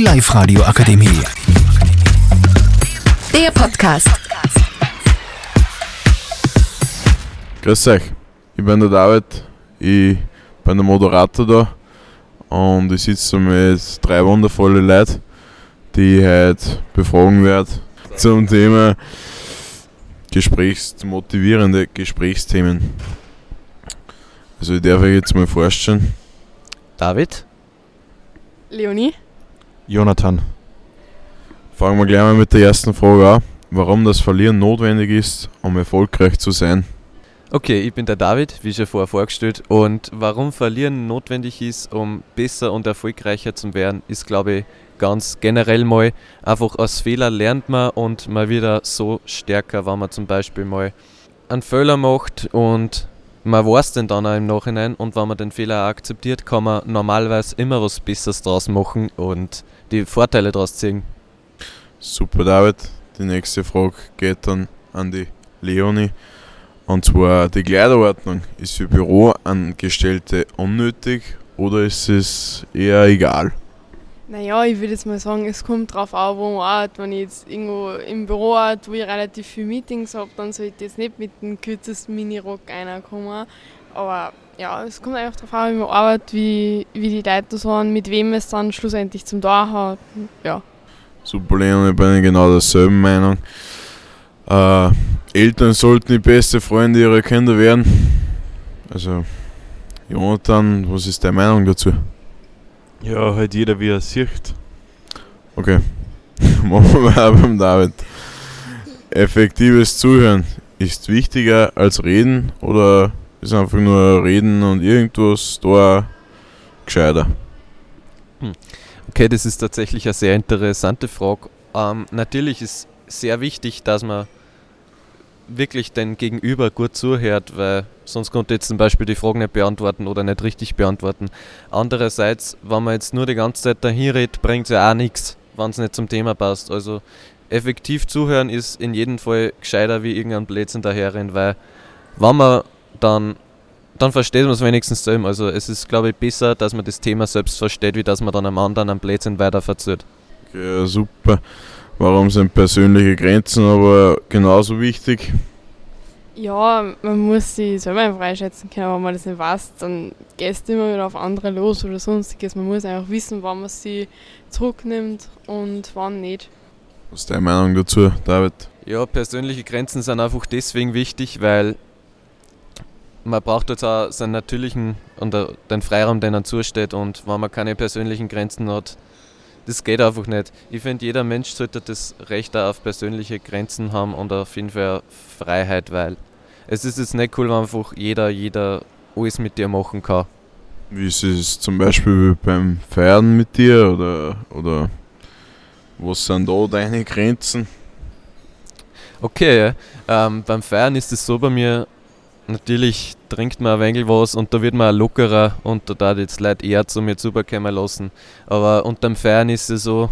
Live-Radio Akademie. Der Podcast. Grüß euch, ich bin der David, ich bin der Moderator da und ich sitze mit 3 wundervolle Leute, die ich heute befragen werde zum Thema motivierende Gesprächsthemen. Also ich darf euch jetzt mal vorstellen. David. Leonie. Jonathan. Fangen wir gleich mal mit der ersten Frage an. Warum das Verlieren notwendig ist, um erfolgreich zu sein? Okay, ich bin der David, wie schon vorher vorgestellt. Und warum Verlieren notwendig ist, um besser und erfolgreicher zu werden, ist, glaube ich, ganz generell mal einfach aus Fehlern lernt man und man wieder so stärker, wenn man zum Beispiel mal einen Fehler macht und man weiß den dann auch im Nachhinein, und wenn man den Fehler auch akzeptiert, kann man normalerweise immer was Besseres draus machen und die Vorteile daraus ziehen. Super, David. Die nächste Frage geht dann an die Leonie. Und zwar die Kleiderordnung. Ist für Büroangestellte unnötig oder ist es eher egal? Naja, ich würde jetzt mal sagen, es kommt drauf an, wo man arbeitet. Wenn ich jetzt irgendwo im Büro arbeite, wo ich relativ viele Meetings habe, dann sollte ich jetzt nicht mit dem kürzesten Minirock reinkommen. Aber ja, es kommt einfach darauf an, wie man arbeitet, wie die Leute so sind, mit wem es dann schlussendlich zum Tag hat. Ja. Super, Leonie, ich bin genau derselben Meinung. Eltern sollten die beste Freunde ihrer Kinder werden. Also, Jonathan, was ist deine Meinung dazu? Ja, halt jeder wie er sieht. Okay, machen wir mal beim David. Effektives Zuhören ist wichtiger als Reden oder ist einfach nur Reden und irgendwas da gescheiter? Okay, das ist tatsächlich eine sehr interessante Frage. Natürlich ist sehr wichtig, dass man wirklich den Gegenüber gut zuhört, weil sonst konnte jetzt zum Beispiel die Frage nicht beantworten oder nicht richtig beantworten. Andererseits, wenn man jetzt nur die ganze Zeit dahin redet, bringt es ja auch nichts, wenn es nicht zum Thema passt. Also effektiv zuhören ist in jedem Fall gescheiter wie irgendein Blödsinn daherrennen, weil wenn man dann versteht man es wenigstens selber. Also es ist, glaube ich, besser, dass man das Thema selbst versteht, wie dass man dann am anderen einen Blödsinn weiter verzählt. Okay, ja, super. Warum sind persönliche Grenzen aber genauso wichtig? Ja, man muss sich selber freischätzen können. Wenn man das nicht weiß, dann gehst du immer wieder auf andere los oder sonstiges. Man muss einfach wissen, wann man sie zurücknimmt und wann nicht. Was ist deine Meinung dazu, David? Ja, persönliche Grenzen sind einfach deswegen wichtig, weil man braucht jetzt auch seinen natürlichen und den Freiraum, den einem zusteht, und wenn man keine persönlichen Grenzen hat, das geht einfach nicht. Ich finde, jeder Mensch sollte das Recht auch auf persönliche Grenzen haben und auf jeden Fall Freiheit, weil es ist jetzt nicht cool, wenn einfach jeder alles mit dir machen kann. Wie ist es zum Beispiel beim Feiern mit dir oder was sind da deine Grenzen? Okay, beim Feiern ist es so bei mir, natürlich trinkt man ein wenig was und da wird man auch lockerer und da darf jetzt Leute eher zu mir rüberkommen lassen. Aber unterm Feiern ist es so,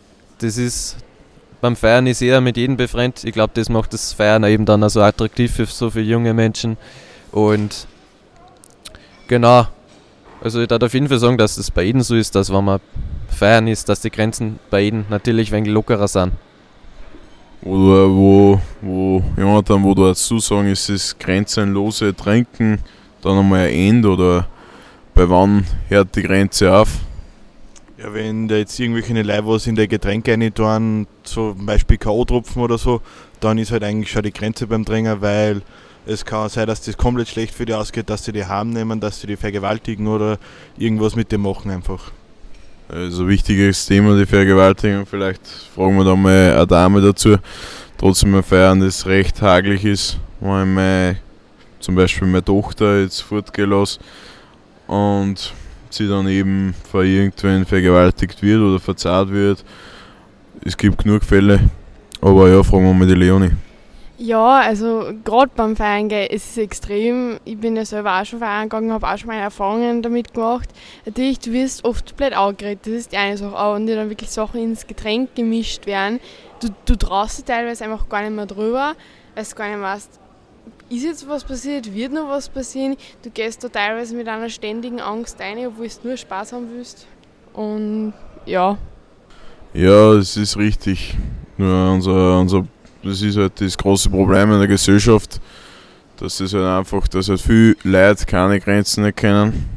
beim Feiern ist jeder mit jedem befreundet. Ich glaube, das macht das Feiern eben dann auch so attraktiv für so viele junge Menschen. Und genau, also ich darf auf jeden Fall sagen, dass es bei jedem so ist, dass wenn man feiern ist, dass die Grenzen bei jedem natürlich ein wenig lockerer sind. Oder Jonathan, wo du dazu sagen, ist es grenzenlose Trinken dann einmal ein Ende oder bei wann hört die Grenze auf? Ja, wenn da jetzt irgendwelche Leute was in der Getränke rein tun, zum Beispiel K.O.-Tropfen oder so, dann ist halt eigentlich schon die Grenze beim Trinken, weil es kann sein, dass das komplett schlecht für die ausgeht, dass sie die heimnehmen, dass sie die vergewaltigen oder irgendwas mit dem machen einfach. Also ein wichtiges Thema, die Vergewaltigung. Vielleicht fragen wir da mal eine Dame dazu. Trotzdem ein Feiern, das recht hagelig ist, wenn ich zum Beispiel meine Tochter jetzt fortgehen lasse und sie dann eben von irgendwen vergewaltigt wird oder verzahrt wird. Es gibt genug Fälle, aber ja, fragen wir mal die Leonie. Ja, also gerade beim Feiern gehen, es ist extrem. Ich bin ja selber auch schon feiern gegangen, habe auch schon meine Erfahrungen damit gemacht. Natürlich, du wirst oft blöd angeredet, das ist die eine Sache, aber wenn dir dann wirklich Sachen ins Getränk gemischt werden, du traust dich teilweise einfach gar nicht mehr drüber, weil du gar nicht weißt, ist jetzt was passiert, wird noch was passieren. Du gehst da teilweise mit einer ständigen Angst rein, obwohl du nur Spaß haben willst. Und ja. Ja, das ist richtig. Nur das ist halt das große Problem in der Gesellschaft, dass das halt einfach, dass halt viele Leute keine Grenzen nicht kennen.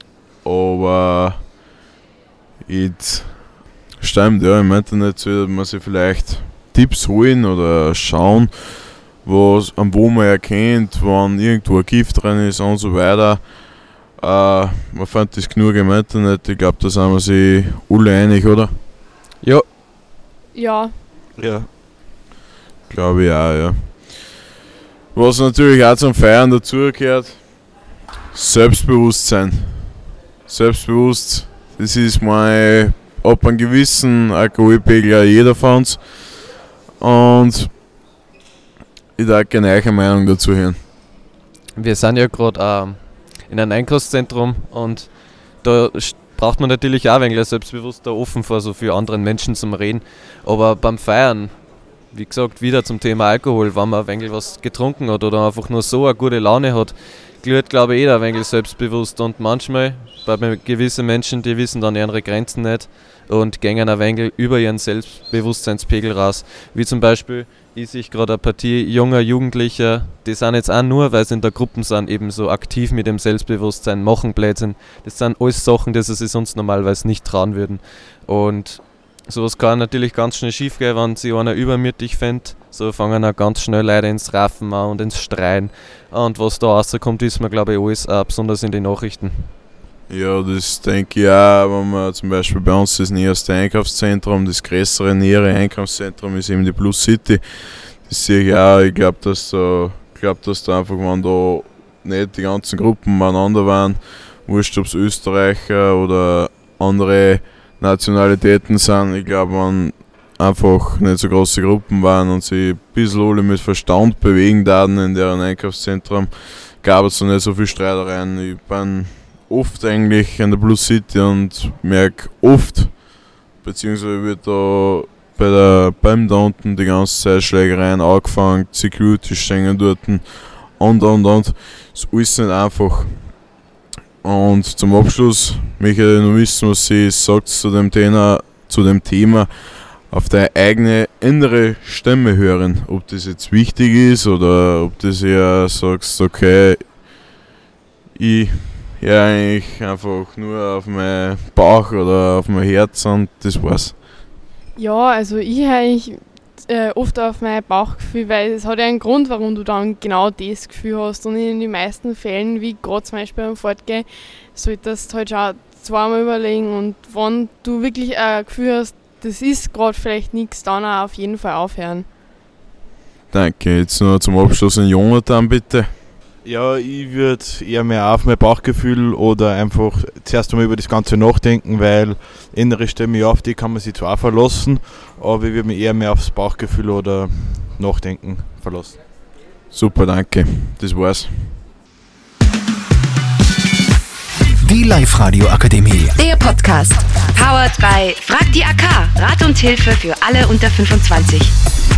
Aber jetzt stimmt, ja, im Internet sollte man sich vielleicht Tipps holen oder schauen, wo man erkennt, wann irgendwo ein Gift drin ist und so weiter. Man findet das genug im Internet, ich glaube, da sind wir sich alle einig, oder? Ja, Ja, Ja. Glaube ich auch, ja. Was natürlich auch zum Feiern dazugehört, Selbstbewusstsein. Selbstbewusst, das ist mal ab einem gewissen Alkoholpegel auch jeder von uns. Und ich darf gerne eure Meinung dazu hören. wir sind ja gerade in einem Einkaufszentrum und da braucht man natürlich auch ein wenig selbstbewusster offen vor so vielen anderen Menschen zum Reden. Aber beim Feiern, wie gesagt, wieder zum Thema Alkohol, wenn man ein wenig was getrunken hat oder einfach nur so eine gute Laune hat, gehört, glaube ich, jeder ein wenig selbstbewusst. Und manchmal, bei gewissen Menschen, die wissen dann ihre Grenzen nicht und gehen ein wenig über ihren Selbstbewusstseinspegel raus. Wie zum Beispiel ist ich gerade eine Partie junger Jugendlicher, die sind jetzt auch nur, weil sie in der Gruppe sind, eben so aktiv mit dem Selbstbewusstsein, machen Blödsinn. Das sind alles Sachen, die sie sonst normalerweise nicht trauen würden. Und sowas kann natürlich ganz schnell schief gehen, wenn sich einer übermütig findet. So fangen auch ganz schnell Leute ins Raffen an und ins Streien. Und was da rauskommt, ist mir, glaube ich, alles, besonders in den Nachrichten. Ja, das denke ich auch, wenn man zum Beispiel bei uns das näherste Einkaufszentrum, das größere, nähere Einkaufszentrum ist eben die Plus City. Das sehe ich auch. Ich glaube, dass da einfach, wenn da nicht die ganzen Gruppen beieinander waren, wurscht ob es Österreicher oder andere Nationalitäten sind, ich glaube, wenn einfach nicht so große Gruppen waren und sich ein bisschen alle mit Verstand bewegen würden in deren Einkaufszentrum, gab es so nicht so viel Streitereien. Ich bin oft eigentlich in der Plus City und merke oft, beziehungsweise wird da bei der BEM da unten die ganze Zeit Schlägereien angefangen, Security stehen dort und. Ist alles nicht einfach. Und zum Abschluss möchte ich noch wissen, was sie sagt zu dem Thema auf deine eigene innere Stimme hören. Ob das jetzt wichtig ist oder ob das eher sagst, okay, ich höre eigentlich einfach nur auf meinen Bauch oder auf mein Herz und das war's. ja, also ich höre eigentlich oft auf mein Bauchgefühl, weil es hat ja einen Grund, warum du dann genau das Gefühl hast. Und in den meisten Fällen, wie gerade zum Beispiel beim Fortgehen, solltest du halt schon zweimal überlegen. Und wenn du wirklich ein Gefühl hast, das ist gerade vielleicht nichts, dann auch auf jeden Fall aufhören. Danke. Jetzt nur zum Abschluss ein Jonathan, bitte. Ja, ich würde eher mehr auf mein Bauchgefühl oder einfach zuerst einmal über das Ganze nachdenken, weil innere Stimme, ja, auf die kann man sich zwar verlassen, aber ich würde mich eher mehr aufs Bauchgefühl oder Nachdenken verlassen. Super, danke. Das war's. Die Live-Radio Akademie. Der Podcast. Powered by Frag die AK. Rat und Hilfe für alle unter 25.